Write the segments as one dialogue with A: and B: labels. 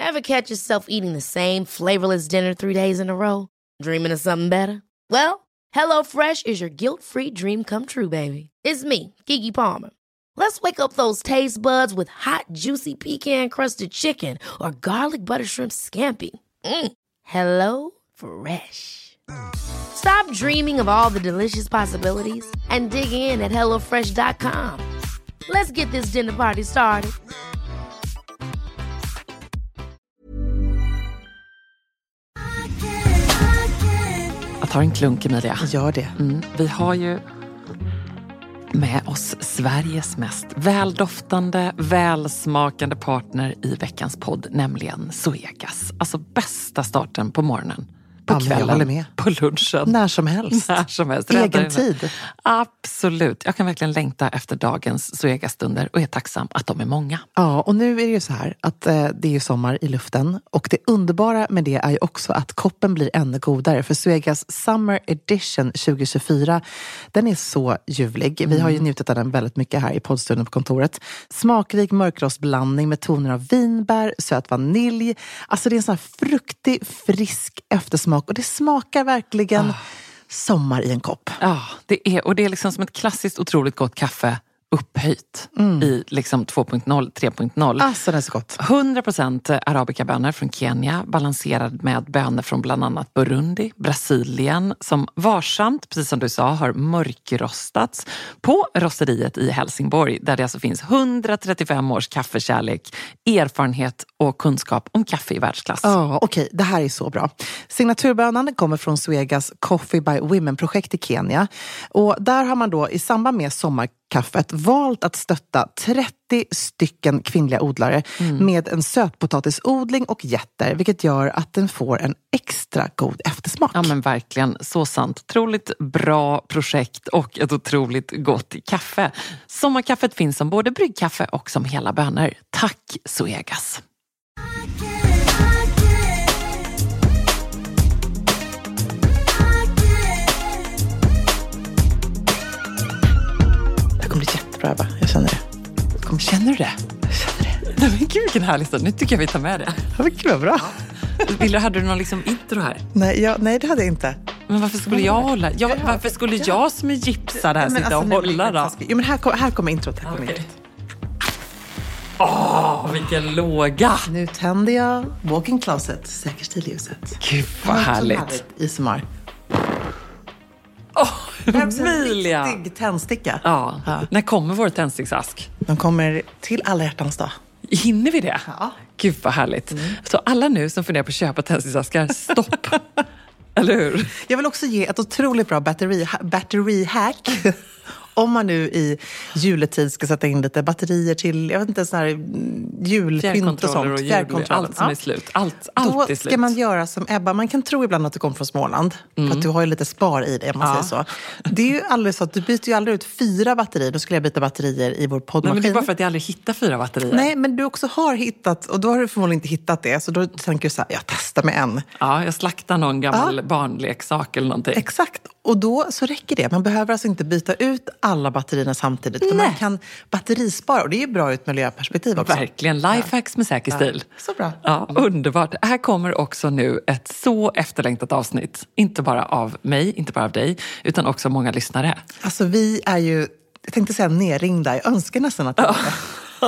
A: Ever catch yourself eating the same flavorless dinner 3 days in a row? Dreaming of something better? Well, HelloFresh is your guilt-free dream come true, baby. It's me, Keke Palmer. Let's wake up those taste buds with hot, juicy pecan-crusted chicken or garlic butter shrimp scampi. Hello Fresh. Stop dreaming of all the delicious possibilities and dig in at HelloFresh.com. Let's get this dinner party started.
B: Jag tar en klunk, Emilia.
C: Gör det.
B: Vi har ju med oss Sveriges mest väldoftande, välsmakande partner i veckans podd, nämligen Zoegas. Alltså bästa starten på morgonen. På kvällen, på lunchen.
C: När som helst. Egen tid.
B: Absolut. Jag kan verkligen längta efter dagens Zoegas-stunder och är tacksam att de är många.
C: Ja, och nu är det ju så här att det är ju sommar i luften. Och det underbara med det är ju också att koppen blir ännu godare. För Zoegas Summer Edition 2024, den är så ljuvlig. Vi har ju njutit av den väldigt mycket här i poddstunden på kontoret. Smakrik mörkrostblandning med toner av vinbär, söt vanilj. Alltså det är en sån här fruktig, frisk eftersmak. Och det smakar verkligen sommar i en kopp.
B: Ja, det är liksom som ett klassiskt otroligt gott kaffe upphöjt i liksom 2.0, 3.0.
C: Alltså det är så gott.
B: 100% arabikabönor från Kenya, balanserad med bönor från bland annat Burundi, Brasilien, som varsamt, precis som du sa, har mörkrostats på rosteriet i Helsingborg, där det alltså finns 135 års kaffekärlek, erfarenhet och kunskap om kaffe i världsklass.
C: Ja, okej. Det här är så bra. Signaturbönan kommer från Zoegas Coffee by Women-projekt i Kenya. Och där har man då i samband med sommarkaffet valt att stötta 30 stycken kvinnliga odlare med en sötpotatisodling och jätter, vilket gör att den får en extra god eftersmak.
B: Ja, men verkligen, så sant. Otroligt bra projekt och ett otroligt gott kaffe. Sommarkaffet finns som både bryggkaffe och som hela bönor. Tack Zoegas!
C: Det kommer bli jättebra, va? Jag känner det.
B: Känner du det?
C: Jag känner det.
B: Nej, men gud, vilken härlig stund. Nu tycker jag vi tar med det.
C: Ja, men gud vad bra.
B: Hade du någon liksom intro här?
C: Nej, det hade jag inte.
B: Men varför skulle jag hålla? Varför skulle jag som är gipsad här sitta och hålla då?
C: Jo, men här kommer introt.
B: Vilken låga!
C: Nu tänder jag walk-in closet, säkerställ ljuset.
B: Gud vad härligt.
C: I sommar.
B: Emilia!
C: En riktig tändsticka.
B: Ja. När kommer vår tändsticksask?
C: De kommer till alla hjärtans dag.
B: Hinner vi det?
C: Ja.
B: Gud vad härligt. Så alla nu som funderar på att köpa tändsticksaskar, stopp! Eller hur?
C: Jag vill också ge ett otroligt bra batteri-hack. Om man nu i juletid ska sätta in lite batterier till, jag vet inte, sån här julpynt och sånt.
B: Fjärrkontroller, allt som är slut. Allt
C: då
B: är slut.
C: ska man göra som Ebba. Man kan tro ibland att du kommer från Småland. För att du har ju lite spar i det, om man säger så. Det är ju aldrig så att du byter ju aldrig ut 4 batterier. Då skulle jag byta batterier i vår poddmaskin.
B: Nej, men det är bara för att jag aldrig hittar 4 batterier.
C: Nej, men du också har hittat, och då har du förmodligen inte hittat det. Så då tänker du så här, jag testar med en.
B: Ja, jag slaktar någon gammal barnleksak eller någonting.
C: Exakt. Och då så räcker det. Man behöver alltså inte byta ut alla batterierna samtidigt. För man kan batterispara. Och det är ju bra ur ett miljöperspektiv också.
B: Verkligen. Lifehacks med säker stil.
C: Så bra.
B: Ja, underbart. Här kommer också nu ett så efterlängtat avsnitt. Inte bara av mig, inte bara av dig, utan också många lyssnare.
C: Alltså vi är ju, jag tänkte säga nerringda. Jag önskar nästan att det var det.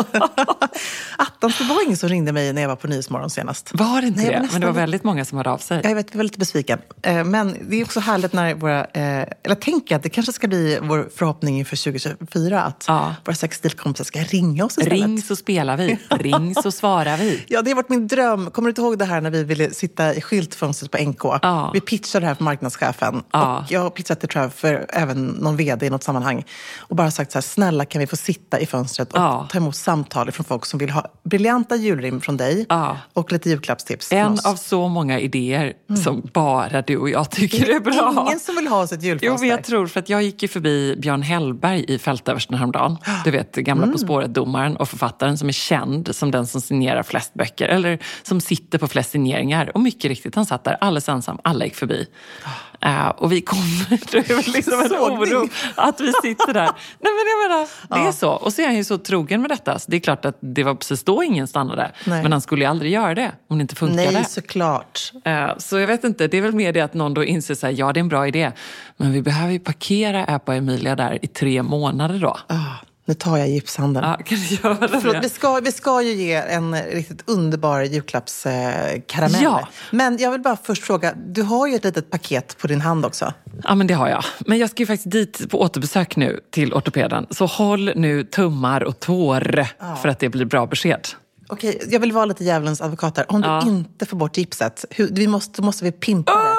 C: Attans, det var ingen som ringde mig när jag var på Nyhetsmorgon senast.
B: Var det inte
C: Nej,
B: det? Men det var väldigt många som hörde av sig.
C: Jag vet, jag var lite besviken. Men det är också härligt när våra... eller tänker att det kanske ska bli vår förhoppning inför 2024 att våra sexstilkompisar ska ringa oss istället.
B: Ring så spelar vi. Ring så svarar vi.
C: Ja, det har varit min dröm. Kommer du inte ihåg det här när vi ville sitta i skyltfönstret på NK? Vi pitchade det här för marknadschefen. Och jag har pitchat det, tror jag, för även någon vd i något sammanhang. Och bara sagt så här, snälla kan vi få sitta i fönstret och ta emot samtal från folk som vill ha briljanta julrim från dig och lite julklappstips.
B: En av så många idéer som bara du och jag tycker är bra.
C: Ingen som vill ha sitt julfönster.
B: Jo, men jag tror, för att jag gick ju förbi Björn Hellberg i Fältöversten häromdagen. Du vet, gamla På spåret-domaren och författaren som är känd som den som signerar flest böcker. Eller som sitter på flest signeringar. Och mycket riktigt, han satt där alldeles ensam. Alla gick förbi. Och vi kommer, det är väl liksom en oro att vi sitter där. Nej, men jag menar, det är så. Och så är han ju så trogen med detta. giftas. Det är klart att det var precis då ingen stannade.
C: Nej.
B: Men han skulle ju aldrig göra det om det inte funkade.
C: Nej, såklart.
B: Så jag vet inte, det är väl mer det att någon då inser så här, ja det är en bra idé. Men vi behöver ju parkera Ebba och Emilia där i 3 månader då.
C: Nu tar jag gipshandeln.
B: Ja, kan du göra det?
C: Förlåt, vi ska ju ge en riktigt underbar julklappskaramell.
B: Ja.
C: Men jag vill bara först fråga, du har ju ett litet paket på din hand också.
B: Ja, men det har jag. Men jag ska ju faktiskt dit på återbesök nu till ortopeden. Så håll nu tummar och tår för att det blir bra besked.
C: Okej, jag vill vara lite djävulens advokat här. Om du inte får bort gipset, måste vi pimpa det.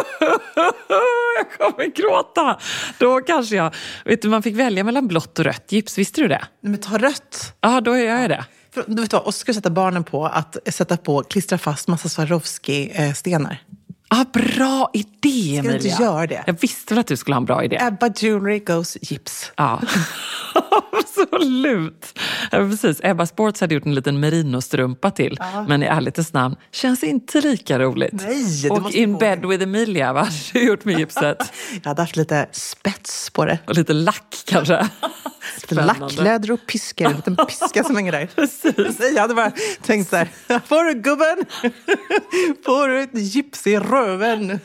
B: Jag kommer gråta. Då kanske jag... Vet du, man fick välja mellan blått och rött gips. Visste du det?
C: Men ta rött.
B: Ja, då gör jag det.
C: Du vet vad, och så ska du sätta barnen på att klistra fast massa Swarovski-stenar.
B: Bra idé, Emilia.
C: Ska du inte göra det?
B: Jag visste väl att du skulle ha en bra idé.
C: Ebba Jewelry goes gips.
B: Ja, absolut. Ja, precis. Ebba Sports hade gjort en liten merinostrumpa till. Men i ärlighetens namn känns inte lika roligt.
C: Nej,
B: och in bed with Emilia, vad hade du gjort med gipset?
C: Jag hade haft lite spets på det.
B: Och lite lack kanske.
C: Lackläder och piskor. En liten piska som hänger där.
B: Precis.
C: Jag hade bara tänkt så här. Får du gubben? Får du ett gips i röven?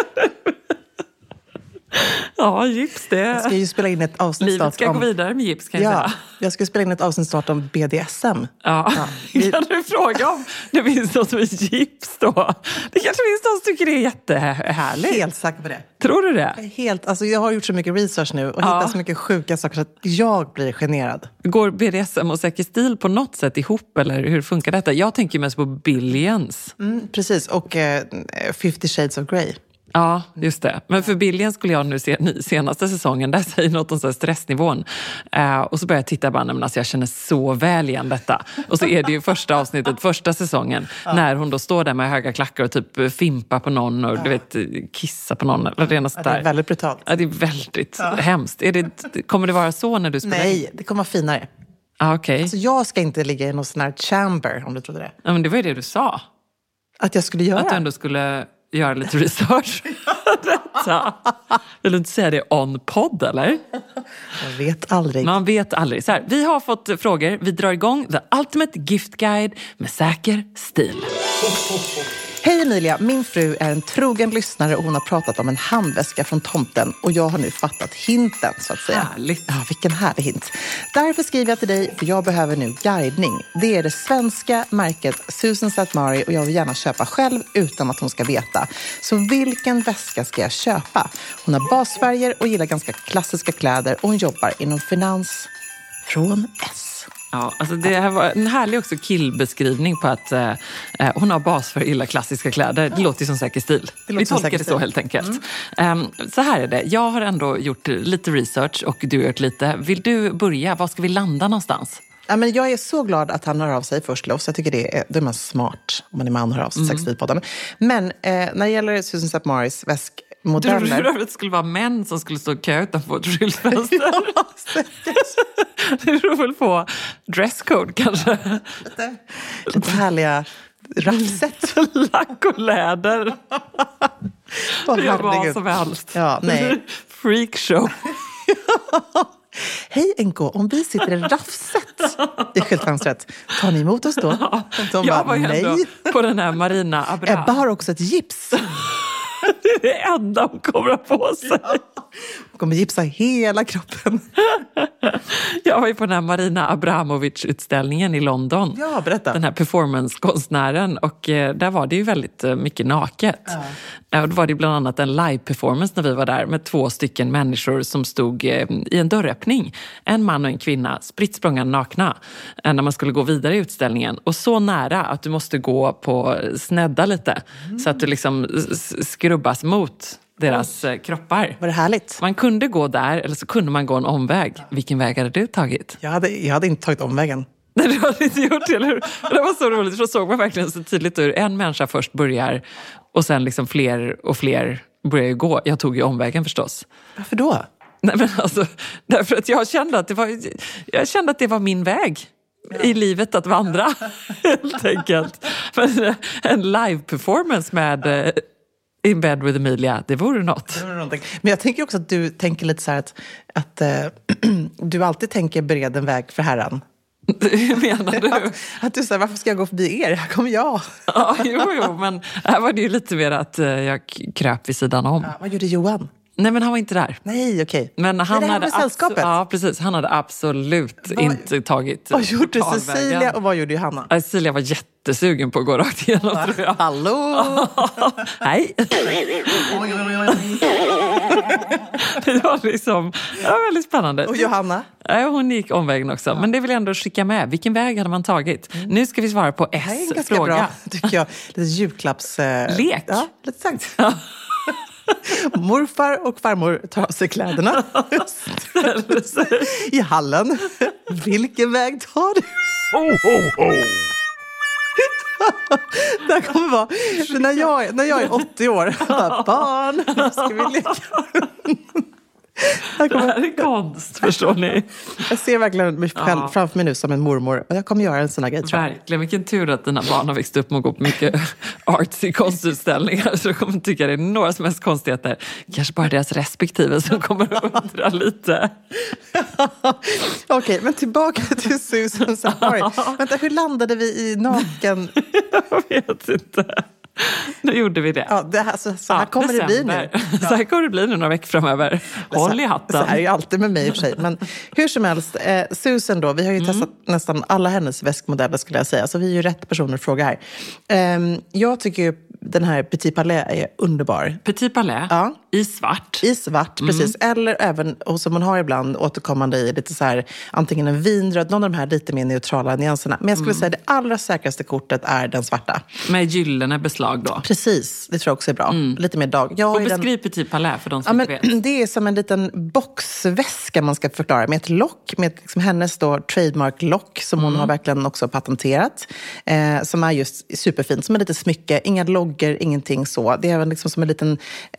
B: Ja, gips det.
C: Jag ska ju spela in ett avsnitt
B: Livet ska gå vidare med gips, kan jag säga.
C: Jag ska spela in ett avsnitt snart om BDSM.
B: Ja. Kan du fråga om det finns något som är gips då? Det kanske finns någon som tycker det är jättehärligt.
C: Helt säker på det.
B: Tror du det?
C: Jag har gjort så mycket research nu och hittat så mycket sjuka saker så att jag blir generad.
B: Går BDSM och säker stil på något sätt ihop, eller hur funkar detta? Jag tänker mest på Billions.
C: Precis, och 50 Shades of Grey.
B: Ja, just det. Men för Billions skulle jag nu se senaste säsongen, där säger något om så här stressnivån. Och så börjar jag titta bara, men alltså jag känner så väl igen detta. Och så är det ju första avsnittet, första säsongen, när hon då står där med höga klackar och typ fimpar på någon och du vet, kissa på någon. Eller det är
C: väldigt brutalt.
B: Ja, det är väldigt hemskt. Kommer det vara så när du spelar?
C: Nej, det kommer vara finare.
B: Okej.
C: Alltså jag ska inte ligga i någon sån här chamber, om du trodde det.
B: Ja, men det var ju det du sa.
C: Att jag skulle göra?
B: Att du ändå skulle göra lite research. Detta. Vill du inte säga det on podd, eller?
C: Jag vet aldrig.
B: Man vet aldrig. Så här, vi har fått frågor. Vi drar igång The Ultimate Gift Guide med säker stil.
C: Hej Emilia, min fru är en trogen lyssnare och hon har pratat om en handväska från tomten och jag har nu fattat hinten, så att säga.
B: Härligt.
C: Ja, vilken härlig hint. Därför skriver jag till dig, för jag behöver nu guidning. Det är det svenska märket Susan St. Mary och jag vill gärna köpa själv utan att hon ska veta. Så vilken väska ska jag köpa? Hon har basfärger och gillar ganska klassiska kläder och hon jobbar inom finans från S.
B: Ja, alltså det här var en härlig också killbeskrivning på att hon har bas för illa klassiska kläder. Det låter ju som säker stil. Vi tolkar det så helt enkelt. Så här är det. Jag har ändå gjort lite research och du har gjort lite. Vill du börja? Var ska vi landa någonstans?
C: Ja, men jag är så glad att han hör av sig först, Loss. Jag tycker det är man smart om man är man hör av sig sexstilpodden. Men när det gäller Susan St. Marys väskmodeller...
B: Du det skulle vara män som skulle stå i kö utanför ett skyltfönster? Det beror väl på dresscode kanske.
C: Lite härliga raffset.
B: Lack och läder. Jag var som helst.
C: Ja, nej.
B: Freakshow.
C: Hej NK, om vi sitter i raffset i skyltfönstret, tar ni emot oss då? De
B: jag var
C: nej.
B: Ändå på den här Marina Abraham.
C: Ebba har också ett gips.
B: Det är det enda hon kommer att på sig.
C: Ja. Hon kommer gipsa hela kroppen.
B: Jag var ju på den här Marina Abramovic-utställningen i London.
C: Ja, berätta.
B: Den här performance-konstnären. Och där var det ju väldigt mycket naket. Ja. Och då var det bland annat en live-performance när vi var där med 2 stycken människor som stod i en dörröppning. En man och en kvinna, spritt språngande nakna. När man skulle gå vidare i utställningen. Och så nära att du måste gå på snedda lite. Så att du liksom skrubbas mot deras kroppar.
C: Var det härligt?
B: Man kunde gå där eller så kunde man gå en omväg. Vilken väg hade du tagit?
C: Jag hade inte tagit omvägen.
B: Nej, du hade inte gjort det, eller hur? Det var så roligt, för då såg man verkligen så tydligt hur en människa först börjar och sen liksom fler och fler börjar gå. Jag tog ju omvägen förstås.
C: Varför då?
B: Nej, men alltså, därför att jag kände att det var min väg i livet att vandra, helt enkelt. Men en live-performance med In Bed with Emilia, det vore något.
C: Men jag tänker också att du tänker lite så här att du alltid tänker bered en väg för herran.
B: Hur menar du?
C: Att du säger, varför ska jag gå förbi er? Här kommer jag.
B: Ja, jo, men här var det ju lite mer att jag kröp vid sidan om.
C: Ja, vad gjorde Johan?
B: Nej, men han var inte där.
C: Nej, okej.
B: Men han hade
C: sällskapet?
B: Ja, precis. Han hade absolut inte tagit
C: Vad gjorde
B: totalvägen.
C: Cecilia och vad gjorde Johanna?
B: Cecilia var jättesugen på att gå rakt igenom, tror jag.
C: Hallå!
B: Hej!
C: Oj.
B: Det var liksom väldigt spännande.
C: Och Johanna?
B: Hon gick omvägen också. Men det vill jag ändå skicka med. Vilken väg hade man tagit? Nu ska vi svara på
C: Det här är en ganska
B: S-fråga.
C: bra, tycker jag. Lite julklapps...
B: Lek.
C: Ja, lite sagt. Morfar och farmor tar av sig kläderna i hallen. Vilken väg tar du?
D: Ho, ho, ho!
C: Det här kommer vara... När jag är 80 år, bara, barn, ska vi leka?
B: Det här är konst, förstår ni?
C: Jag ser verkligen mig själv framför mig nu som en mormor. Och jag kommer göra en sån här grej, tror jag.
B: Verkligen, vilken tur att dina barn har växt upp med att gå på mycket artsy konstutställningar. Så de kommer tycka det är några som helst konstigheter. Kanske bara deras respektive som kommer att undra lite.
C: Okej, men tillbaka till Susan Safari. Vänta, hur landade vi i naken?
B: Jag vet inte. Nu gjorde vi det.
C: Ja, det här, så här kommer det bli nu.
B: Så här kommer det bli nu några veckor framöver. Håll i hatten.
C: Så här är ju alltid med mig i och för sig. Men hur som helst, Susan då, vi har ju testat nästan alla hennes väskmodeller, skulle jag säga. Så vi är ju rätt personer att fråga här. Jag tycker ju den här Petit Palais är underbar.
B: Petit Palais,
C: Ja.
B: i svart.
C: I svart, precis. Eller även, och som man har ibland, återkommande i lite så här, antingen en vinröd, någon av de här lite mer neutrala nyanserna. Men jag skulle säga det allra säkraste kortet är den svarta.
B: Med gyllene beslag då.
C: Precis, det tror jag också är bra. Lite mer dag.
B: Och beskriv Petit Palais för de som inte vet.
C: Det är som en liten boxväska man ska förklara. Med ett lock, med liksom hennes då trademark-lock som hon har verkligen också patenterat. Som är just superfint, som en liten smycke. Inga loggor, ingenting så. Det är även liksom som en liten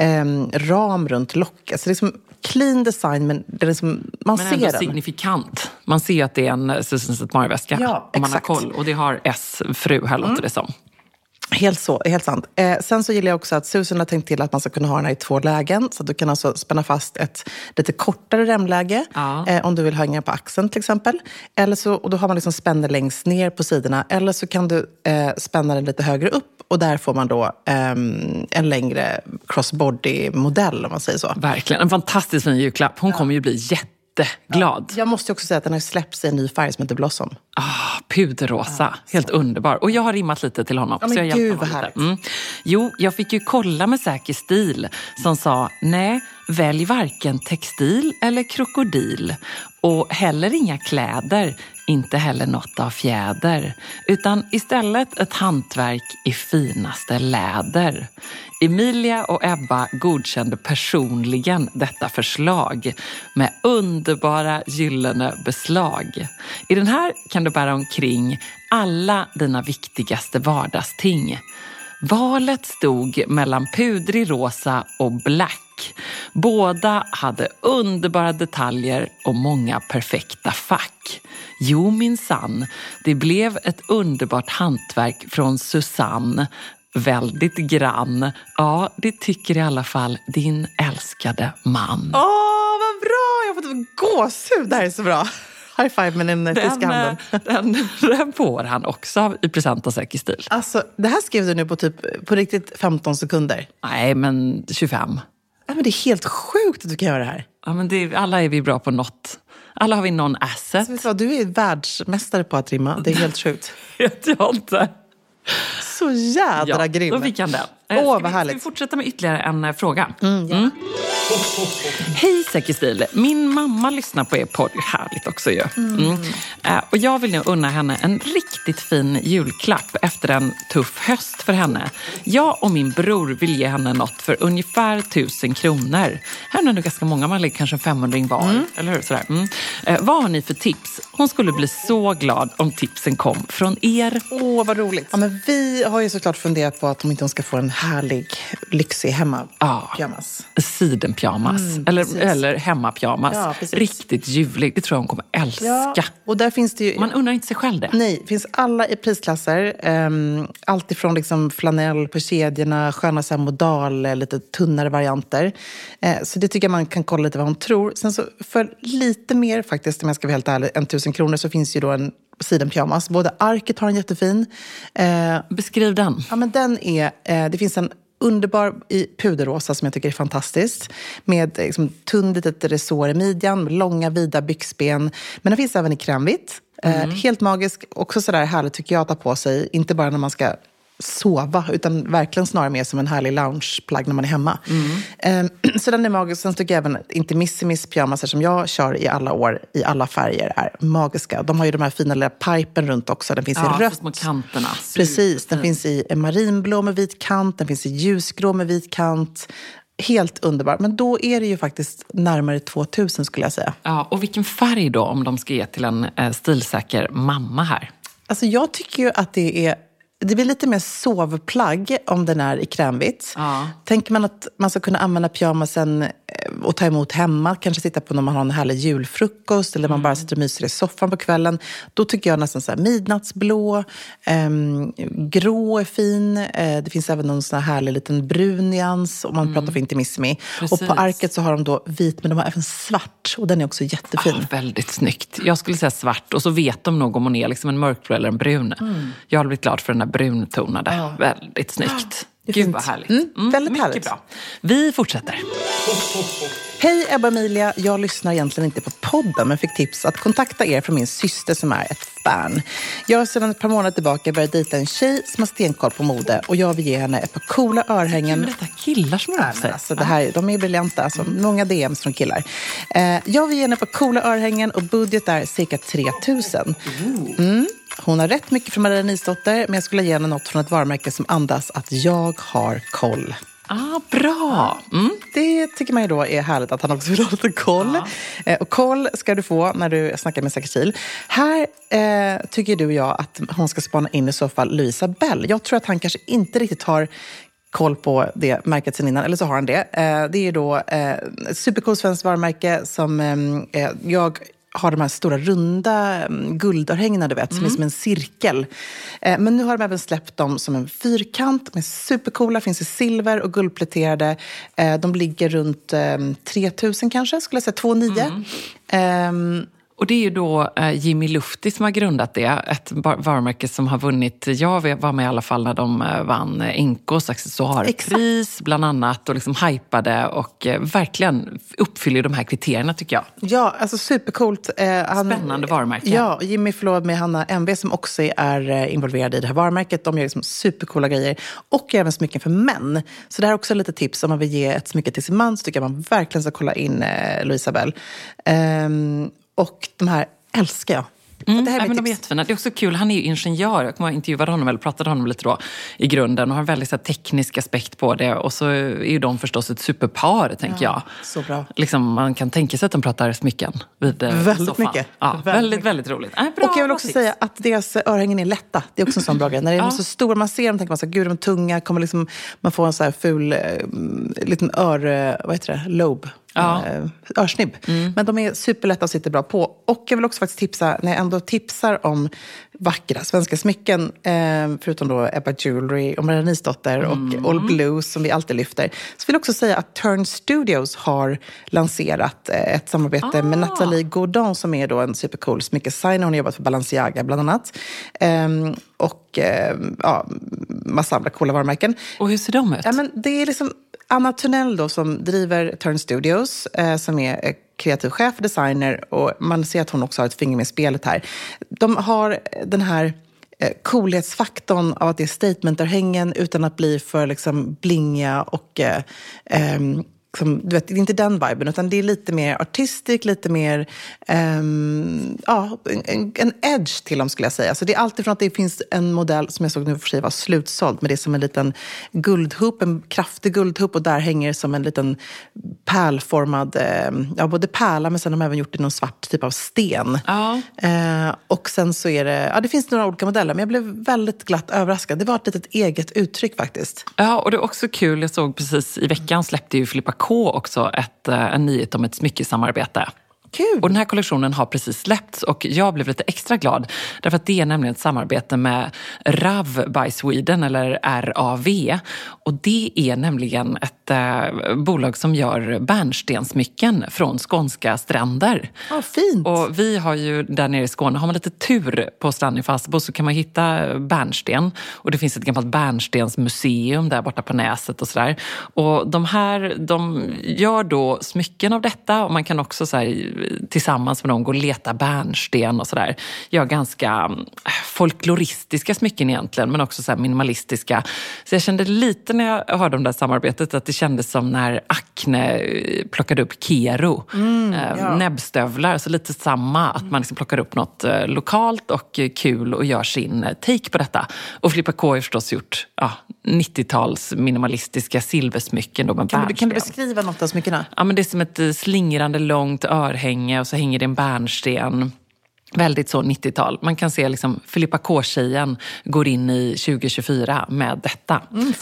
C: ram runt lock. Alltså det är som clean design, men det är liksom, man ser
B: ändå
C: den.
B: signifikant. Man ser att det är en Susan Safari-väska.
C: Ja,
B: om man har
C: exakt.
B: koll. Och det har S-fru här, låter det som.
C: Helt sant. Sen så gillar jag också att Susan har tänkt till att man ska kunna ha den här i 2 lägen. Så du kan alltså spänna fast ett lite kortare remläge. Om du vill hänga på axeln till exempel. Eller så, och då har man liksom spänner längst ner på sidorna. Eller så kan du spänna den lite högre upp. Och där får man då en längre crossbody-modell, om man säger så.
B: Verkligen, en fantastiskt fin julklapp. Hon kommer ju bli jätteglad.
C: Jag måste också säga att den har släppts i en ny färg som heter Blossom.
B: Puderrosa, helt underbar. Och jag har rimmat lite till honom.
C: Ja, men
B: så jag
C: gud, vad
B: lite.
C: härligt.
B: Jo, jag fick ju kolla med Säker stil som sa, nej, välj varken textil eller krokodil. Och heller inga kläder, inte heller något av fjäder. Utan istället ett hantverk i finaste läder. Emilia och Ebba godkände personligen detta förslag med underbara gyllene beslag. I den här kan du bära omkring alla dina viktigaste vardagsting. Valet stod mellan pudrig rosa och black. Båda hade underbara detaljer och många perfekta fack. Jo, minsann, det blev ett underbart hantverk från Susanne. Väldigt grann. Ja, det tycker i alla fall din älskade man.
C: Vad bra! Jag har fått gåshud. Det här är så bra. High five med den friska handen.
B: Den får han också i present av Säker stil.
C: Alltså, det här skrev du nu på riktigt 15 sekunder.
B: Nej, men 25.
C: Ja, men det är helt sjukt att du kan göra det här.
B: Ja, men alla är vi bra på något. Alla har vi någon asset.
C: Så vet du vad, du är världsmästare på att rimma. Det är helt sjukt.
B: Vet jag inte.
C: Så jädra grym.
B: Då fick han den.
C: Vad härligt.
B: Ska vi fortsätta med ytterligare en fråga? Hej Säker stil. Min mamma lyssnar på er podd. Härligt också ju. Och jag vill nu unna henne en riktigt fin julklapp efter en tuff höst för henne. Jag och min bror vill ge henne något för ungefär 1000 kronor. Här är det ganska många, man lägger kanske 500 var. Eller hur? Sådär. Vad har ni för tips? Hon skulle bli så glad om tipsen kom från er.
C: Vad roligt. Ja, men vi har ju såklart funderat på att om inte hon ska få en härlig, lyxig hemmapyjamas.
B: Sidenpyjamas. Eller hemmapyjamas.
C: Ja,
B: riktigt ljuvlig. Det tror jag hon kommer älska.
C: Ja, och där finns det ju...
B: Man undrar inte sig själv det.
C: Nej, det finns alla i prisklasser. Allt ifrån liksom flanell på kedjorna, sköna så här modal, lite tunnare varianter. Så det tycker jag man kan kolla lite vad hon tror. Sen så för lite mer faktiskt, om jag ska vara helt ärlig, än 1000 kronor så finns ju då sidenpyjamas. Både arket har en jättefin.
B: Beskriv den.
C: Ja, men den är, det finns en underbar i puderrosa som jag tycker är fantastiskt. Med liksom, tunn litet resår i midjan, med långa vida byxben. Men den finns även i krämvitt. Helt magisk. Också sådär härligt tycker jag att ta på sig. Inte bara när man ska sova, utan verkligen snarare mer som en härlig loungeplagg när man är hemma. Så den är magisk. Sen tycker jag även Intimissimis pyjamasar som jag kör i alla år, i alla färger, är magiska. De har ju de här fina lilla pipen runt också. Den finns i rött.
B: Små kanterna.
C: Precis, den finns i marinblå med vit kant. Den finns i ljusgrå med vit kant. Helt underbar. Men då är det ju faktiskt närmare 2000 skulle jag säga.
B: Ja, och vilken färg då om de ska ge till en stilsäker mamma här?
C: Alltså jag tycker ju att det blir lite mer sovplagg om den är i krämvitt.
B: Ja.
C: Tänker man att man ska kunna använda pyjamasen och ta emot hemma, kanske sitta på när man har en härlig julfrukost eller man bara sitter och myser i soffan på kvällen, då tycker jag nästan så här midnattsblå, grå är fin, det finns även någon sån här härlig liten brun nyans om man pratar för Intimissimi. Och på arket så har de då vit, men de har även svart och den är också jättefin.
B: Väldigt snyggt. Jag skulle säga svart och så vet de nog om hon är liksom en mörkblå eller en brun. Jag har blivit glad för den här bruntonade. Väldigt snyggt. Gud vad härligt.
C: Väldigt
B: mycket
C: härligt.
B: Bra. Vi fortsätter.
C: Hej Ebba och Emilia, jag lyssnar egentligen inte på podden men fick tips att kontakta er från min syster som är ett fan. Jag har sedan ett par månader tillbaka börjat dejta en tjej som har stenkoll på mode och jag vill ge henne ett par coola örhängen.
B: Men detta killar som är sig.
C: Alltså, det här, de är briljanta, alltså, många DMs från killar. Jag vill ge henne ett par coola örhängen och budget är cirka 3000. Hon har rätt mycket från Maria Nisdotter, men jag skulle ge henne något från ett varumärke som andas att jag har koll.
B: Bra.
C: Det tycker man ju då är härligt att han också vill ha lite koll. Och koll ska du få när du snackar med Säker stil. Här tycker du och jag att hon ska spana in i så fall Louisa Bell. Jag tror att han kanske inte riktigt har koll på det märket sen innan, eller så har han det. Det är ju då ett supercoolt svenskt varumärke som jag har de här stora runda guldörhängena, du vet, som är som en cirkel. Men nu har de även släppt dem som en fyrkant. De är supercoola, finns i silver och guldpläterade. De ligger runt 3000 kanske, skulle jag säga 2,9.
B: Och det är ju då Jimmy Lufti som har grundat det. Ett varumärke som har vunnit, jag var med i alla fall när de vann NKs accessoarpris bland annat och liksom hypade och verkligen uppfyller de här kriterierna tycker jag.
C: Ja, alltså supercoolt.
B: Spännande varumärke.
C: Ja, Jimmy förlovat med Hanna MV som också är involverad i det här varumärket. De gör liksom supercoola grejer och även smycken för män. Så det här är också lite tips om man vill ge ett smycke till sin man så tycker jag man verkligen ska kolla in Louisa Bell. Och de här älskar jag. Det här är
B: men de är jättefina. Det är också kul, han är ju ingenjör. Jag kommer att intervjuade honom eller pratade honom lite då i grunden och har en väldigt så här, teknisk aspekt på det. Och så är ju de förstås ett superpar, tänker jag.
C: Så bra.
B: Liksom, man kan tänka sig att de pratar smycken vid
C: väldigt
B: soffan.
C: Mycket.
B: Ja, väldigt roligt. Bra,
C: och jag vill också säga att deras örhängen är lätta. Det är också en sån bra grej. När de är så stora, man ser dem tänker man så här, gud de är tunga. Kommer liksom, man får en så här ful liten lobe. Örsnibb. Men de är superlätta och sitter bra på. Och jag vill också faktiskt tipsa, när jag ändå tipsar om vackra svenska smycken, förutom då Ebba Jewelry och Maria Nisdotter och All Blues som vi alltid lyfter, så vill jag också säga att Turn Studios har lanserat ett samarbete med Nathalie Gaudon som är då en supercool smyckesdesigner. Hon har jobbat för Balenciaga bland annat. Och massa andra coola varumärken.
B: Och hur ser de ut?
C: Ja, men det är liksom Anna Tunnell då som driver Turn Studios som är kreativ chef och designer och man ser att hon också har ett finger med i spelet här. De har den här coolhetsfaktorn av att det är statementörhängen utan att bli för liksom blinga och du vet, det är inte den viben utan det är lite mer artistic, lite mer en edge till dem skulle jag säga. Så det är alltid från att det finns en modell som jag såg nu för sig var slutsåld men det är som en liten guldhoop, en kraftig guldhoop och där hänger som en liten pärlformad, både pärla men sen har de även gjort det i någon svart typ av sten. Och sen så är det finns några olika modeller men jag blev väldigt glatt överraskad. Det var ett litet eget uttryck faktiskt.
B: Ja, och det är också kul, jag såg precis i veckan släppte ju Filippa K också en nyhet om ett smyckesamarbete.
C: Kul.
B: Och den här kollektionen har precis släppts och jag blev lite extra glad därför att det är nämligen ett samarbete med RAV by Sweden eller RAV och det är nämligen ett bolag som gör bärnstensmycken från skånska stränder.
C: Ja, fint.
B: Och vi har ju där nere i Skåne, har man lite tur på stranden i Falsterbo så kan man hitta bärnsten. Och det finns ett gammalt bärnstensmuseum där borta på Näset och sådär. Och de gör då smycken av detta och man kan också så här, tillsammans med dem gå och leta bärnsten och sådär. Gör ganska folkloristiska smycken egentligen, men också så här minimalistiska. Så jag kände lite när jag hörde om det här samarbetet att det kändes som när Acne plockade upp Kero. Näbbstövlar, så lite samma. Att man liksom plockar upp något lokalt och kul och gör sin take på detta. Och Filippa K har förstås gjort 90-tals minimalistiska silversmycken. Då med
C: kan du beskriva något av smyckena?
B: Ja, men det är som ett slingrande långt örhänge och så hänger det en bärnsten. Väldigt så 90-tal. Man kan se liksom Filippa K-tjejen går in i 2024 med detta.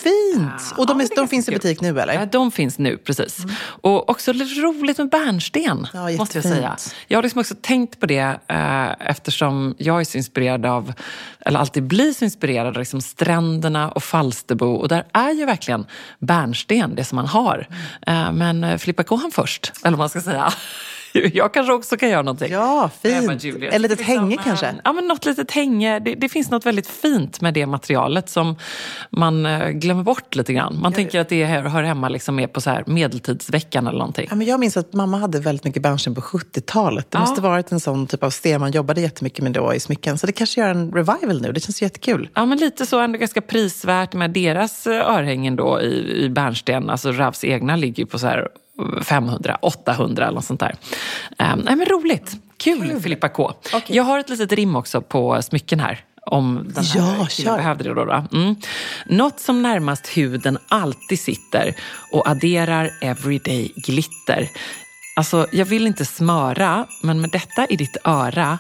C: Fint! Och de finns i butik nu, eller?
B: Ja, de finns nu, precis. Och också lite roligt med bärnsten, måste jag säga. Jag har liksom också tänkt på det eftersom jag är så inspirerad av, eller alltid blir så inspirerad av liksom stränderna och Falsterbo. Och där är ju verkligen bärnsten det som man har. Men Filippa K han först, eller vad man ska säga. Jag kanske också kan göra någonting.
C: Ja, fint. Eller litet hänge kanske.
B: Ja, men något litet hänge. Det finns något väldigt fint med det materialet som man glömmer bort lite grann. Man tänker att det hör hemma liksom med på så här medeltidsveckan eller någonting.
C: Ja, men jag minns att mamma hade väldigt mycket bärnsten på 70-talet. Det måste varit en sån typ av sten man jobbade jättemycket med då i smycken. Så det kanske gör en revival nu. Det känns jättekul.
B: Ja, men lite så ändå ganska prisvärt med deras örhängen då i bärnsten. Alltså Ravs egna ligger ju på så här 500, 800 eller något sånt där. Nej, men roligt. Kul, Filippa K. Okay. Jag har ett litet rim också på smycken här. Om den här killen behövde det då. Något som närmast huden alltid sitter och adderar everyday glitter. Alltså, jag vill inte smöra, men med detta i ditt öra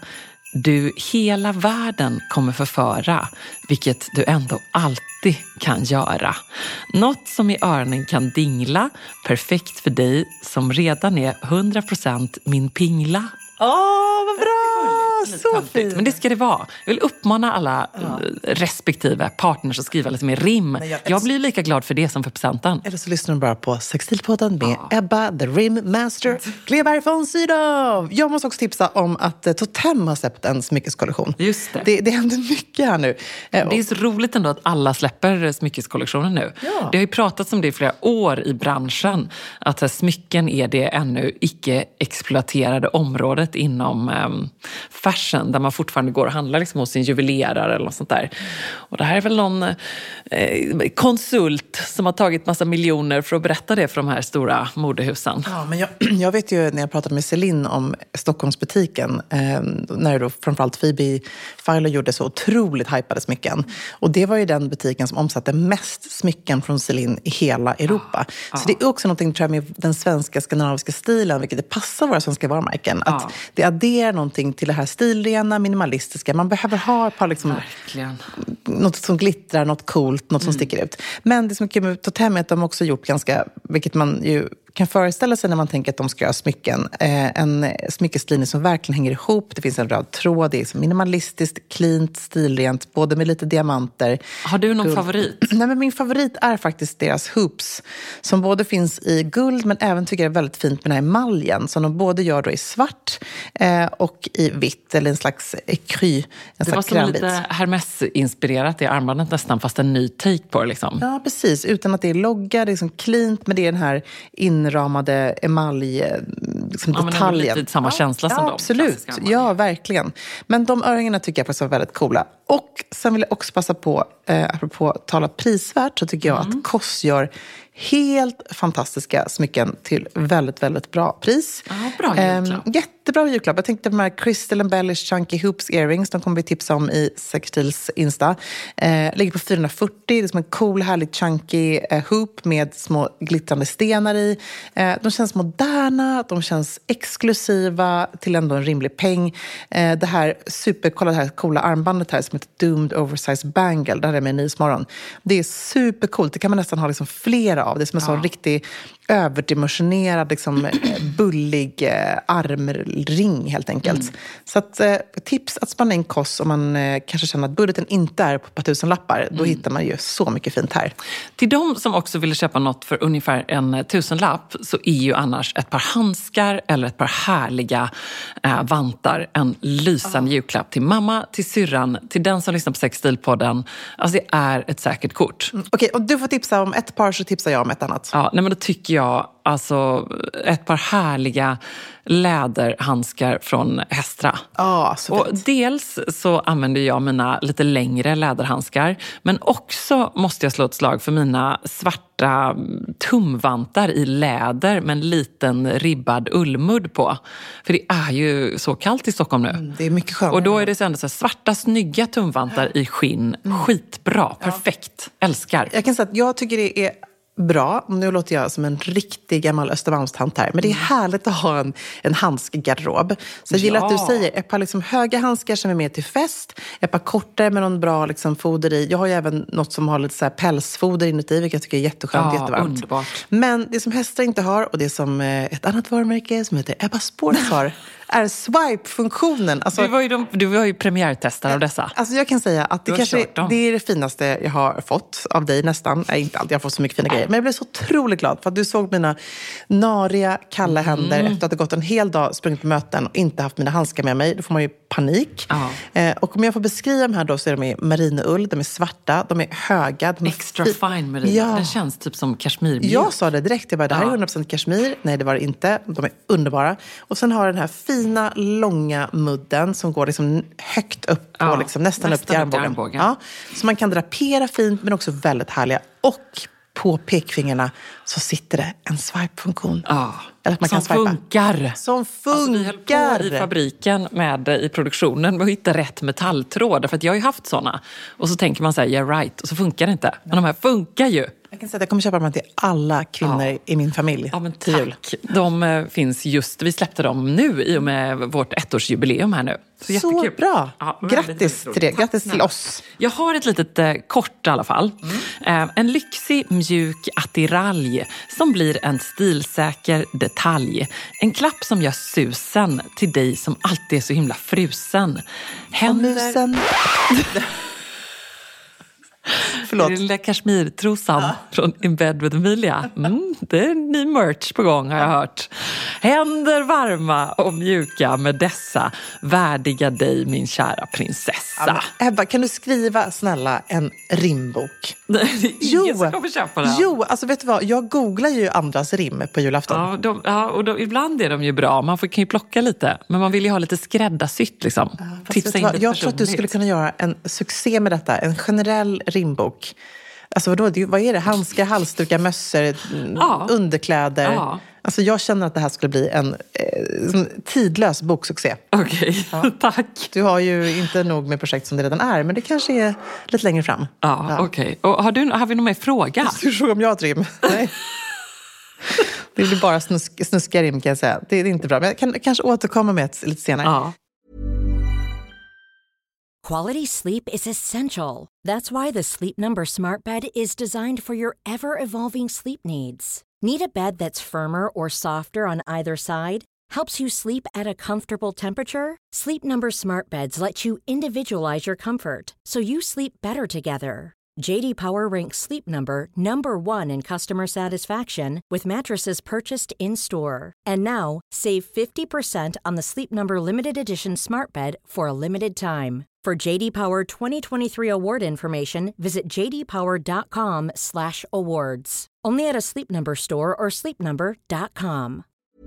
B: du hela världen kommer förföra, vilket du ändå alltid kan göra. Något som i öronen kan dingla, perfekt för dig som redan är 100% min pingla.
C: Vad bra! Så fint.
B: Men det ska det vara. Jag vill uppmana alla respektive partners att skriva lite mer rim. Jag blir lika glad för det som för presenten.
C: Eller så lyssnar de bara på Sextilpodden med Ebba, the rim master, Kleberg von Sydow. Jag måste också tipsa om att Totem har släppt en smyckeskollektion.
B: Just det.
C: Det händer mycket här nu.
B: Det är så roligt ändå att alla släpper smyckeskollektionen nu. Ja. Det har ju pratats om det i flera år i branschen. Att smycken är det ännu icke exploaterade området inom fashion, där man fortfarande går och handlar liksom hos sin juvelerare eller något sånt där. Och det här är väl någon konsult som har tagit massa miljoner för att berätta det för de här stora modehusen.
C: Ja, men jag vet ju när jag pratade med Celine om Stockholmsbutiken, när då framförallt Phoebe Philo gjorde så otroligt hypade smycken. Och det var ju den butiken som omsatte mest smycken från Celine i hela Europa. Så det är också någonting, tror jag, med den svenska skandinaviska stilen, vilket det passar våra svenska varumärken. Att det adderar någonting till det här stilrena, minimalistiska. Man behöver ha ett par liksom, något som glittrar, något coolt, något som sticker ut. Men det som är kul med Totem är att de också gjort ganska, vilket man ju kan föreställa sig när man tänker att de ska göra smycken. En smyckeslinje som verkligen hänger ihop. Det finns en röd tråd, det är minimalistiskt, cleant, stilrent, både med lite diamanter.
B: Har du någon favorit?
C: Nej, men min favorit är faktiskt deras hoops. Som både finns i guld, men även tycker jag är väldigt fint med den här emaljen. Som de både gör då i svart och i vitt, eller en slags ekry.
B: Det var som lite Hermes-inspirerat i armbandet nästan, fast en ny take på det liksom.
C: Ja, precis. Utan att det är logga, det är liksom cleant, med det den här inramade emalj liksom detaljen.
B: Men lite samma känsla som de.
C: Absolut, ja verkligen. Men de örhängena tycker jag faktiskt var väldigt coola. Och sen vill jag också passa på, apropå tala prisvärt, så tycker jag att Koss gör helt fantastiska smycken till väldigt, väldigt bra pris.
B: Bra julklapp.
C: Jättebra julklapp. Jag tänkte på de här Crystal Embellished Chunky Hoops Earrings. De kommer vi tipsa om i Sextils Insta. Ligger på 440. Det är som en cool, härlig chunky hoop med små glittrande stenar i. De känns moderna. De känns exklusiva till ändå en rimlig peng. Det här kolla det här coola armbandet här som heter Doomed Oversized Bangle. Där är med i Nyhetsmorgon. Det är supercoolt. Det kan man nästan ha liksom flera av. Det är som en sån riktig överdimensionerad, liksom, bullig armring helt enkelt. Så att, tips att spana in KOS om man kanske känner att budgeten inte är på ett par tusen lappar. Då hittar man ju så mycket fint här.
B: Till de som också vill köpa något för ungefär en 1000-lapp så är ju annars ett par handskar eller ett par härliga vantar en lysande julklapp till mamma, till syrran, till den som lyssnar på Sexstilpodden. Alltså det är ett säkert kort.
C: Okej, och du får tipsa om ett par så tipsar jag om ett annat.
B: Ja, nej men då tycker jag alltså ett par härliga läderhandskar från Hestra.
C: Så fint.
B: Och dels så använder jag mina lite längre läderhandskar, men också måste jag slå ett slag för mina svarta tumvantar i läder med en liten ribbad ullmudd på. För det är ju så kallt i Stockholm nu.
C: Det är mycket skönt.
B: Och då är det så ändå så här svarta, snygga tumvantar i skinn. Skitbra, perfekt. Älskar.
C: Jag kan säga att jag tycker det är bra. Nu låter jag som en riktig gammal Östermalmstant här. Men det är härligt att ha en handsgarderob. Så jag gillar att du säger ett par liksom höga handskar som är med till fest. Ett par kortare med någon bra liksom foder i. Jag har ju även något som har lite så här pälsfoder inuti, vilket jag tycker är jätteskönt, jättevarmt.
B: Underbart.
C: Men det som Hestra inte har, och det som ett annat varumärke som heter Ebba Sports har, är swipe-funktionen. Alltså,
B: Du var ju premiärtestare av dessa.
C: Alltså jag kan säga att det är det finaste jag har fått av dig nästan. Inte alltid, jag har fått så mycket fina grejer. Men jag blev så otroligt glad för att du såg mina nariga, kalla händer efter att ha gått en hel dag, sprungit på möten och inte haft mina handskar med mig. Då får man ju panik. Och om jag får beskriva dem här då så är de i marineull, de är svarta, de är höga. De är
B: extra fine merino.
C: Ja.
B: Den känns typ som kashmirmjuk.
C: Jag sa det direkt, jag bara, det här är 100% kashmir. Nej, det var det inte. De är underbara. Och sen har den här fina, långa mudden som går liksom högt upp på liksom, nästan upp till armbågen. Ja, så man kan drapera fint men också väldigt härliga. Och på pekfingarna så sitter det en swipe-funktion. Eller att man kan swipa. Som funkar!
B: Vi höll på i fabriken i produktionen med att hitta rätt metalltråd. För att jag har ju haft såna. Och så tänker man så här, yeah right. Och så funkar det inte. Men de här funkar ju.
C: Jag kan säga att jag kommer köpa dem till alla kvinnor i min familj.
B: Ja, men tack. De finns just, vi släppte dem nu i och med vårt 1-årsjubileum här nu.
C: Så bra! Ja, grattis till det. Grattis till oss.
B: Jag har ett litet kort i alla fall. En lyxig, mjuk attiralj som blir en stilsäker detalj. En klapp som gör susen till dig som alltid är så himla frusen.
C: Musen. Förlåt.
B: Den lilla kashmirtrosan från In Bed with Emilia. Det är en ny merch på gång har jag hört. Händer varma och mjuka med dessa, värdiga dig min kära prinsessa.
C: Ebba, kan du skriva snälla en rimbok?
B: Ingen som kommer köpa det.
C: Jo, alltså vet du vad? Jag googlar ju andras rim på julafton.
B: Ibland är de ju bra. Man kan ju plocka lite. Men man vill ju ha lite skräddarsytt liksom. Tipsa in
C: jag tror att du skulle kunna göra en succé med detta. En generell rimbok. Alltså vad är det? Handskar, halsdukar, mössor, underkläder. Ja. Alltså jag känner att det här skulle bli en tidlös boksuccé.
B: Okej, tack.
C: Du har ju inte nog med projekt som det redan är, men det kanske är lite längre fram.
B: Okej. Och har vi någon mer fråga?
C: Du frågar om jag har ett rim? Nej. Det blir bara snuskiga rim kan jag säga. Det är inte bra, men jag kan kanske återkomma med ett lite senare.
B: Ja.
D: Quality sleep is essential. That's why the Sleep Number Smart Bed is designed for your ever-evolving sleep needs. Need a bed that's firmer or softer on either side? Helps you sleep at a comfortable temperature? Sleep Number Smart Beds let you individualize your comfort, so you sleep better together. J.D. Power ranks Sleep Number number 1 in customer satisfaction with mattresses purchased in-store. And now, save 50% on the Sleep Number Limited Edition Smart Bed for a limited time. For JD Power 2023 award information, visit jdpower.com/awards. Only at a Sleep Number store or sleepnumber.com.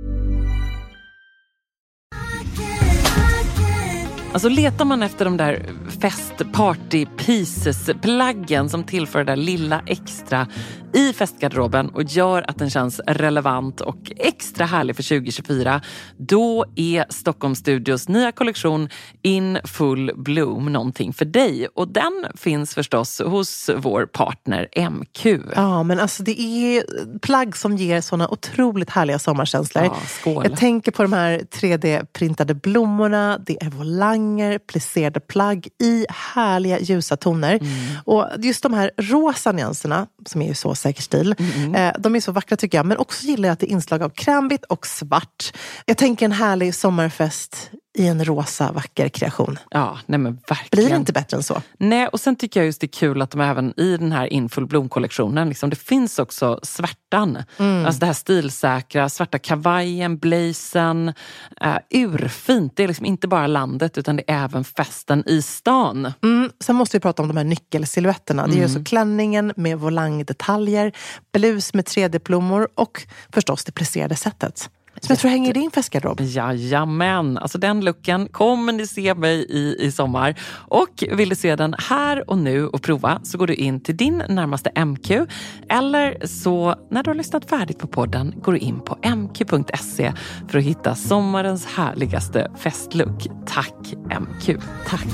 B: Alltså letar man efter de där fest-party pieces-plaggen som tillför det där lilla extra i festgarderoben och gör att den känns relevant och extra härlig för 2024, då är Stockholm Studios nya kollektion In Full Bloom någonting för dig. Och den finns förstås hos vår partner MQ.
C: Ja, men alltså det är plagg som ger såna otroligt härliga sommarkänslor.
B: Ja, skål.
C: Jag tänker på de här 3D-printade blommorna, det är volang kalsonger, plisserade plagg i härliga ljusa toner. Och just de här rosa nyanserna, som är ju så säker stil, de är så vackra tycker jag. Men också gillar jag att det är inslag av krämvitt och svart. Jag tänker en härlig sommarfest i en rosa vacker kreation.
B: Ja, nej men verkligen.
C: Blir det inte bättre än så?
B: Nej, och sen tycker jag just det är kul att de även i den här In Full Bloom-kollektionen, liksom, det finns också svärtan. Alltså det här stilsäkra, svarta kavajen, blazen, urfint. Det är liksom inte bara landet utan det är även festen i stan.
C: Sen måste vi prata om de här nyckelsilhuetterna. Det är ju så klänningen med volangdetaljer, blus med 3D-plommor och förstås det plisserade sättet. Som jag tror hänger i din festgarderob.
B: Jajamän, alltså den looken kommer ni se mig i sommar. Och vill du se den här och nu och prova så går du in till din närmaste MQ. Eller så när du har lyssnat färdigt på podden går du in på mq.se för att hitta sommarens härligaste festlook. Tack MQ. Tack.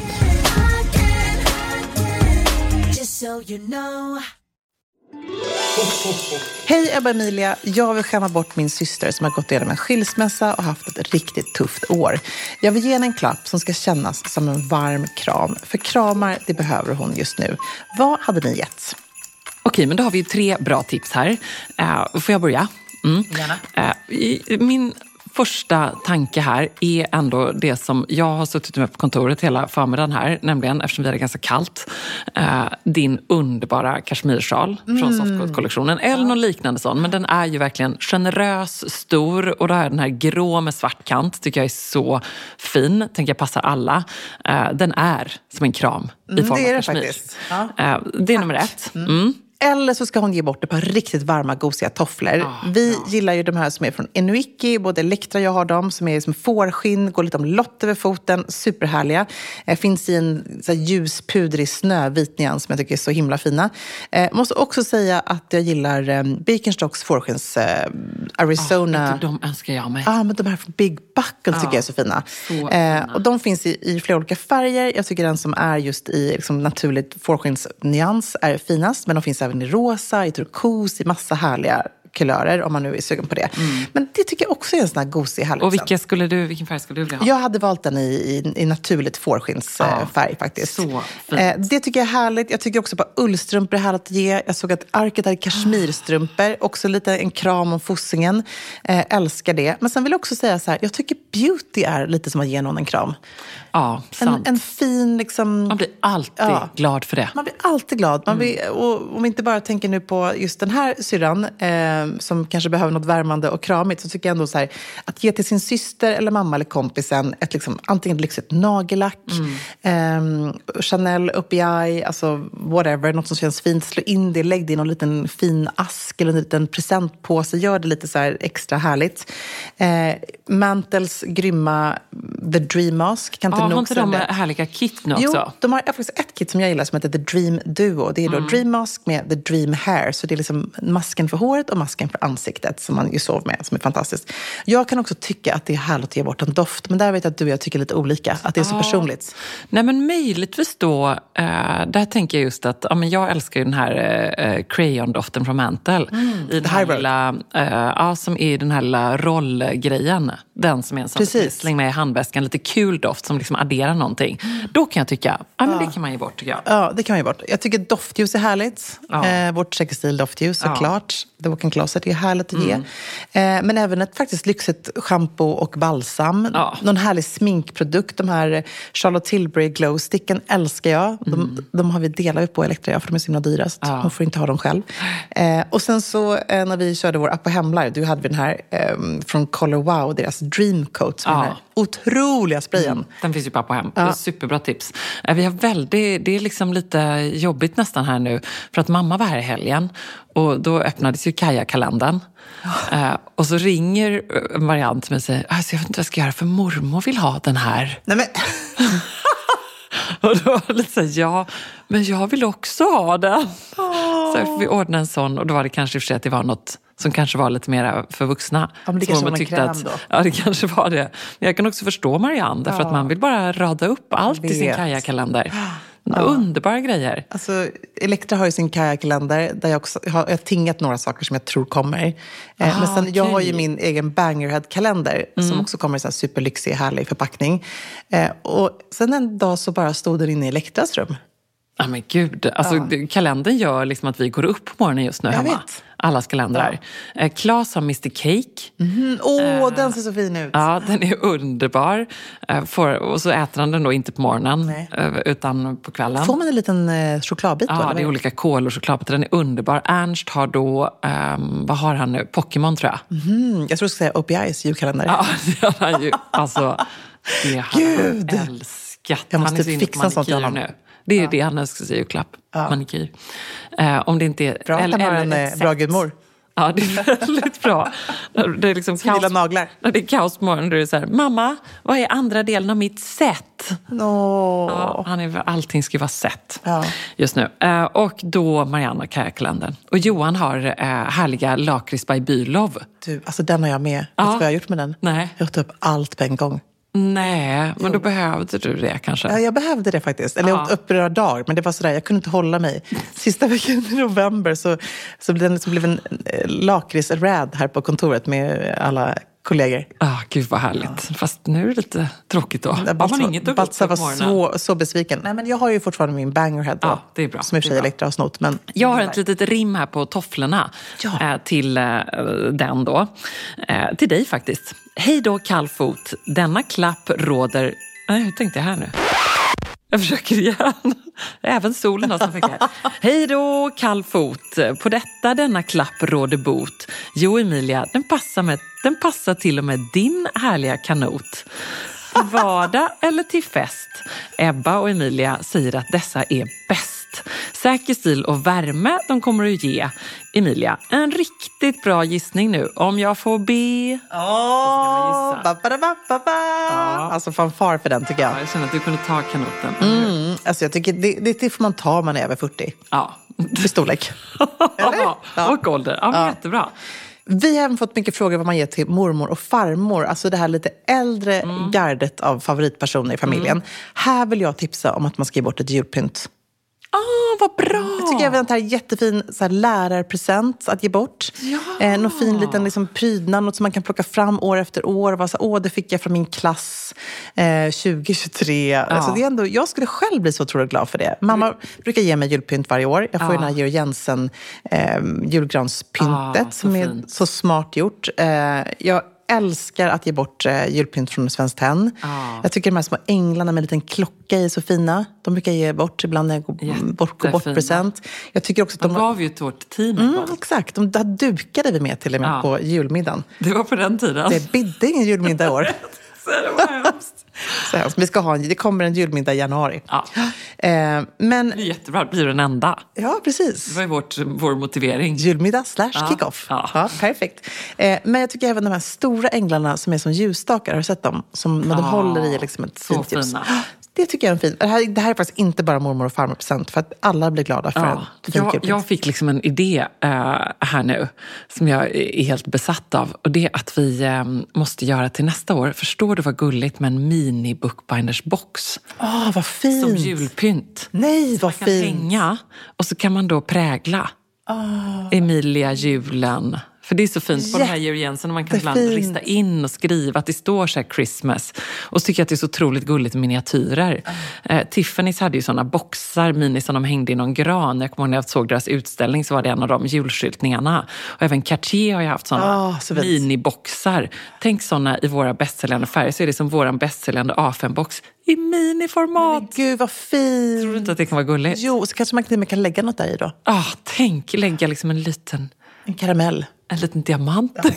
C: Hej Ebba Emilia, jag vill skämma bort min syster som har gått igenom en skilsmässa och haft ett riktigt tufft år. Jag vill ge henne en klapp som ska kännas som en varm kram. För kramar, det behöver hon just nu. Vad hade ni gett?
B: Okej, men då har vi 3 bra tips här. Får jag börja?
C: Gärna.
B: Min första tanke här är ändå det som jag har suttit med på kontoret hela förmiddagen här, nämligen eftersom vi hade ganska kallt, din underbara kashmirsjal från Softcoat-kollektionen, eller någon liknande sån, men den är ju verkligen generös, stor och då är den här grå med svart kant, tycker jag är så fin, tänker jag passar alla. Den är som en kram i form av kashmir.
C: Faktiskt. Ja.
B: Det är nummer 1.
C: Eller så ska hon ge bort ett par riktigt varma, gosiga tofflor. Vi gillar ju de här som är från Inuiki. Både Elektra, jag har dem, som är som fårskinn. Går lite om lott över foten. Superhärliga. Finns i en så här ljus, pudrig, snövit nyans som jag tycker är så himla fina. Måste också säga att jag gillar Birkenstocks fårskins Arizona.
B: De önskar jag mig.
C: Men de här från Big Buckle tycker jag är så fina. Och de finns i flera olika färger. Jag tycker den som är just i liksom, naturligt fårskinsnyans är finast. Men de finns även i rosa, i turkos, i massa härliga kulörer om man nu är sugen på det. Men det tycker jag också är en sån här gosig härlig.
B: Och vilken färg skulle du vilja ha?
C: Jag hade valt den i naturligt fårskinsfärg faktiskt.
B: Så fint.
C: Det tycker jag är härligt. Jag tycker också på ullstrumpor är härligt att ge. Jag såg att Arket hade kashmirstrumpor. Också lite en kram om fossingen. Älskar det. Men sen vill jag också säga så här, jag tycker beauty är lite som att ge någon en kram.
B: Ja, sant.
C: En fin liksom...
B: Man blir alltid glad för det.
C: Man blir alltid glad. Man blir, och om vi inte bara tänker nu på just den här syrran som kanske behöver något värmande och kramigt, så tycker jag ändå så här, att ge till sin syster eller mamma eller kompisen ett liksom, antingen lyxigt nagellack, Chanel upp i eye, alltså whatever, något som känns fint, slå in det, lägg det i någon liten fin ask eller en liten presentpåse, gör det lite så här extra härligt. Mantels grymma The Dream Mask kan inte nog
B: har inte de härliga kit nu också?
C: Jo, de har faktiskt ett kit som jag gillar som heter The Dream Duo. Det är då Dream Mask med The Dream Hair. Så det är liksom masken för håret och masken för ansiktet som man ju sover med, som är fantastiskt. Jag kan också tycka att det är härligt att ge bort en doft. Men där vet jag att du och jag tycker lite olika. Att det är så personligt. Nej,
B: men möjligtvis då, där tänker jag just att men jag älskar ju den här crayon-doften från Mantle. I den här lilla, som är den här lilla rollgrejen. Den som är en sån släng med i handväskan. Lite kul doft som liksom adderar någonting. Då kan jag tycka, men det kan man ge bort tycker jag.
C: Ja, det kan man ge bort. Jag tycker doftljus är härligt. Vårt säkerstil doftljus såklart. The Walk-in Closet är härligt att ge. Men även ett faktiskt lyxigt shampoo och balsam. Någon härlig sminkprodukt. De här Charlotte Tilbury Glow Sticken älskar jag. De har vi delat på Elektra, för de är så himla dyra. Så man får inte ha dem själv. Och sen så när vi körde vår app på Hemlar, då hade vi den här från Color Wow, deras Dream Coat. Som den här otroliga sprayen.
B: Den finns ju bara på hem. Det är superbra tips. Vi har det är liksom lite jobbigt nästan här nu. För att mamma var här i helgen. Och då öppnades ju Kaja-kalendern. Och så ringer Marianne till mig och säger, alltså jag vet inte vad jag ska göra för mormor vill ha den här.
C: Nej men...
B: Och då var det lite så här, men jag vill också ha den. Så vi ordnade en sån. Och då var det kanske i och för sig att det var något som kanske var lite mer för vuxna.
C: Ja, men det kanske var en kräm då.
B: Ja, det kanske var det. Men jag kan också förstå Marianne, därför att man vill bara rada upp allt i sin Kaja-kalender. Underbara grejer.
C: Alltså, Elektra har ju sin Kaja-kalender där jag också har tingat några saker som jag tror kommer. Men sen, jag har ju min egen Bangerhead-kalender som också kommer i så här superlyxig, härlig förpackning. Och sen en dag så bara stod den inne i Elektras rum.
B: Ja men gud, alltså kalendern gör liksom att vi går upp på morgonen just nu hemma.
C: Vet.
B: Allas kalendrar. Claes har Mr. Cake.
C: Den ser så fin ut.
B: Ja, den är underbar. Och så äter han den då inte på morgonen utan på kvällen.
C: Får man en liten chokladbit då?
B: Ja,
C: eller?
B: det är olika kol och chokladbitar. Den är underbar. Ernst har då, vad har han nu? Pokémon tror jag.
C: Jag tror jag ska säga OPIs julkalender.
B: Ja, det har han ju. Alltså, det har han älskat.
C: Jag måste
B: han är så inne på
C: fixa sånt till honom.
B: nu. Det är det han önskar sig i julklapp. Manikyr. Om det inte är...
C: Bra, han har en bra gudmor.
B: Ja, det är väldigt bra. Det är liksom kaos.
C: Naglar.
B: När det är kaos på morgonen, då är det så här, mamma, vad är andra delen av mitt set? Ja, allting ska vara set just nu. Och då Marianne och Kaja-kalendern. Och Johan har härliga lakrits by Bylov.
C: Du, alltså den har jag med. Vet du vad jag har gjort med den?
B: Nej.
C: Jag har åt upp allt på en gång.
B: Nej, men då behövde du det kanske.
C: Ja, jag behövde det faktiskt. Eller jag åt upp några dagar, men det var sådär, jag kunde inte hålla mig. Sista veckan i november så blev en lakrits-rad här på kontoret med alla kollegor.
B: Gud vad härligt. Fast nu är det lite tråkigt då.
C: Baltzar var så besviken. Nej, men jag har ju fortfarande min Bangerhead då.
B: Ja, det är bra.
C: Som i och för sig Elektra har snott. Men...
B: Jag har ett litet rim här på tofflorna till den då. Till dig faktiskt. Hej då kallfot. Denna klapp råder... Nej, hur tänkte jag här nu? Jag försöker igen. Även solen har som fick här. Hej då kallfot. På denna klapp råder bot. Jo Emilia, den passar till och med din härliga kanot. Till vardag eller till fest. Ebba och Emilia säger att dessa är bäst. Säker stil och värme de kommer att ge. Emilia, en riktigt bra gissning nu. Om jag får be...
C: Alltså fanfar för den tycker jag.
B: Ja, jag känner att du kunde ta kanoten.
C: Alltså jag tycker det får man ta om man är över 40.
B: Ja.
C: För storlek. Eller?
B: Och ålder. Ja, jättebra.
C: Vi har även fått mycket frågor vad man ger till mormor och farmor. Alltså det här lite äldre gardet av favoritpersoner i familjen. Här vill jag tipsa om att man ska ge bort ett julpynt.
B: Vad bra!
C: Jag tycker även att det här är jättefin så här, lärarpresent att ge bort. Någon fin liten liksom, prydnad, något som man kan plocka fram år efter år. Var så här, det fick jag från min klass 2023. Alltså, det är ändå, jag skulle själv bli så otroligt glad för det. Mamma brukar ge mig julpynt varje år. Jag får den här Georg Jensen julgranspyntet som är så smart gjort. Jag älskar att ge bort julpynt från Svenskt Tenn. Jag tycker de här små änglarna med en liten klocka är så fina. De brukar ge bort ibland när jag går bort present. Jag tycker också att
B: de gav ju till vårt team.
C: Exakt, där dukade vi med till och med på julmiddagen.
B: Det var på den tiden.
C: Det bidde ingen julmiddag i år. Det kommer en julmiddag i januari. Men,
B: det är jättebra, det blir den enda.
C: Ja, precis.
B: Det var ju vår motivering.
C: Julmiddag / kick-off. Ja, perfekt. Men jag tycker även de här stora änglarna som är som ljusstakar, har du sett dem? Som när de håller i liksom ett fint ljus. Det tycker jag är fint. Det här är faktiskt inte bara mormor och farmor present för att alla blir glada för en fin
B: jag fick liksom en idé här nu som jag är helt besatt av. Och det är att vi måste göra till nästa år. Förstår du vad gulligt med en mini-bookbinders-box?
C: Vad fint!
B: Som julpynt.
C: Nej, vad fint! Man kan
B: hänga och så kan man då prägla Emilia julen. För det är så fint på den här Georg Jensen. Man kan ibland rista in och skriva att det står så här Christmas. Och så tycker jag att det är så otroligt gulligt med miniatyrer. Tiffany's hade ju sådana boxar, mini som de hängde i någon gran. Jag kommer ihåg när jag såg deras utställning så var det en av de julskyltningarna. Och även Cartier har ju haft sådana miniboxar. Tänk sådana i våra bästsäljande färger. Så är det som våran bästsäljande A5-box i miniformat. Men
C: gud vad fint.
B: Tror du inte att det kan vara gulligt?
C: Jo, så kanske man kan lägga något där i då.
B: Tänk lägga liksom en
C: karamell.
B: En liten diamant. En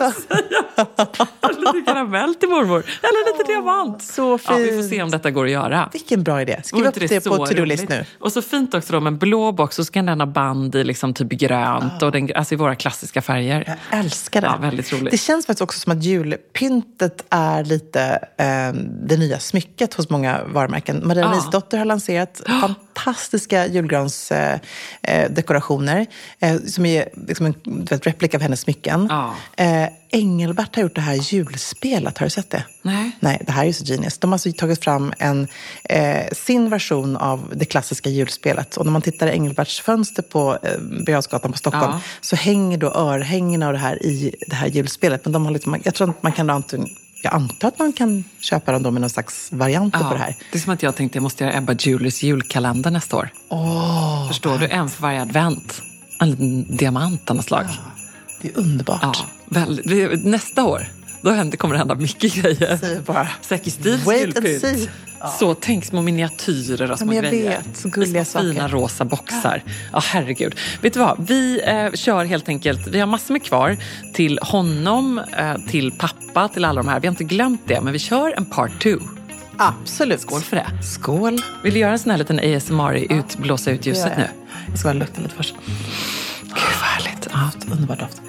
B: liten karamell till mormor. Eller en liten diamant.
C: Så fint.
B: Vi får se om detta går att göra.
C: Vilken bra idé. Skriv upp det på to-do-list nu.
B: Och så fint också då med en blå box. Så ska den ha band i liksom typ grönt. Och alltså i våra klassiska färger.
C: Jag älskar det.
B: Ja, väldigt roligt.
C: Det känns faktiskt också som att julpyntet är lite det nya smycket hos många varumärken. Maria Risdotter har lanserat fantastiska julgransdekorationer som är liksom en replika av hennes smycken.
B: Ja.
C: Engelbert har gjort det här julspelet. Har du sett det? Nej, det här är ju så genius. De har alltså tagit fram sin version av det klassiska julspelet. Och när man tittar i Engelberts fönster på Birger på Stockholm så hänger då örhängena och det här i det här julspelet. Men de har liksom, jag tror att man kan jag antar att man kan köpa dem då med någon slags varianter på det här.
B: Det är som att jag tänkte jag måste göra Ebba Julies julkalender nästa år. Förstår du? En för varje advent. En liten diamant av något slag.
C: Det är underbart.
B: Ja, nästa år, då kommer det hända mycket grejer.
C: Säg bara.
B: Säkert Steves julpynt. Så tänk små miniatyrer och små grejer.
C: Vet, så gulliga saker.
B: Fina rosa boxar. Ja, herregud. Vet du vad? Vi kör helt enkelt, vi har massor med kvar till honom, till pappa, till alla de här. Vi har inte glömt det, men vi kör en part 2.
C: Absolut.
B: Skål för det.
C: Skål.
B: Vill du göra en sån här liten ASMR blåsa ut ljuset nu?
C: Jag ska bara lukta lite först.
B: Gud vad härligt.
C: Ja, underbar doft.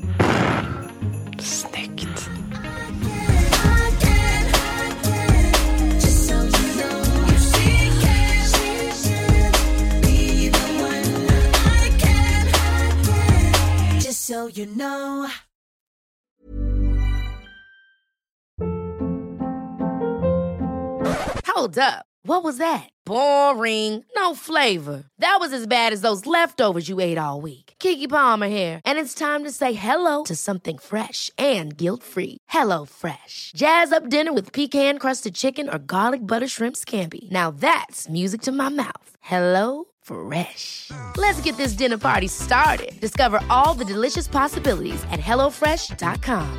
B: Snyggt.
E: So you know.
A: Hold up. What was that? Boring. No flavor. That was as bad as those leftovers you ate all week. Keke Palmer here, and it's time to say hello to something fresh and guilt-free. Hello Fresh. Jazz up dinner with pecan-crusted chicken or garlic butter shrimp scampi. Now that's music to my mouth. Hello Fresh. Let's get this dinner party started. Discover all the delicious possibilities at hellofresh.com.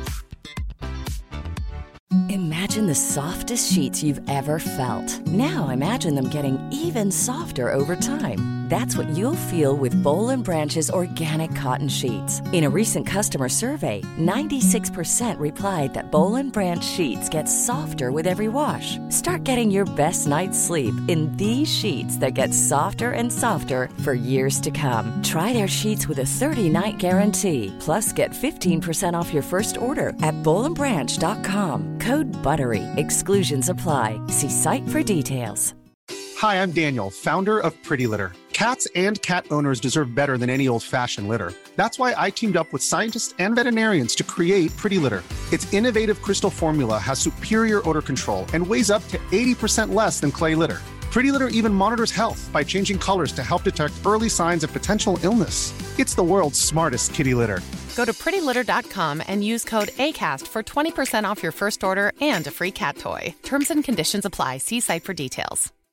F: Imagine the softest sheets you've ever felt. Now imagine them getting even softer over time. That's what you'll feel with Boll & Branch's organic cotton sheets. In a recent customer survey, 96% replied that Boll & Branch sheets get softer with every wash. Start getting your best night's sleep in these sheets that get softer and softer for years to come. Try their sheets with a 30-night guarantee. Plus, get 15% off your first order at bollandbranch.com. Code BUTTERY. Exclusions apply. See site for details.
G: Hi, I'm Daniel, founder of Pretty Litter. Cats and cat owners deserve better than any old-fashioned litter. That's why I teamed up with scientists and veterinarians to create Pretty Litter. Its innovative crystal formula has superior odor control and weighs up to 80% less than clay litter. Pretty Litter even monitors health by changing colors to help detect early signs of potential illness. It's the world's smartest kitty litter.
H: Go to prettylitter.com and use code ACAST for 20% off your first order and a free cat toy. Terms and conditions apply. See site for details.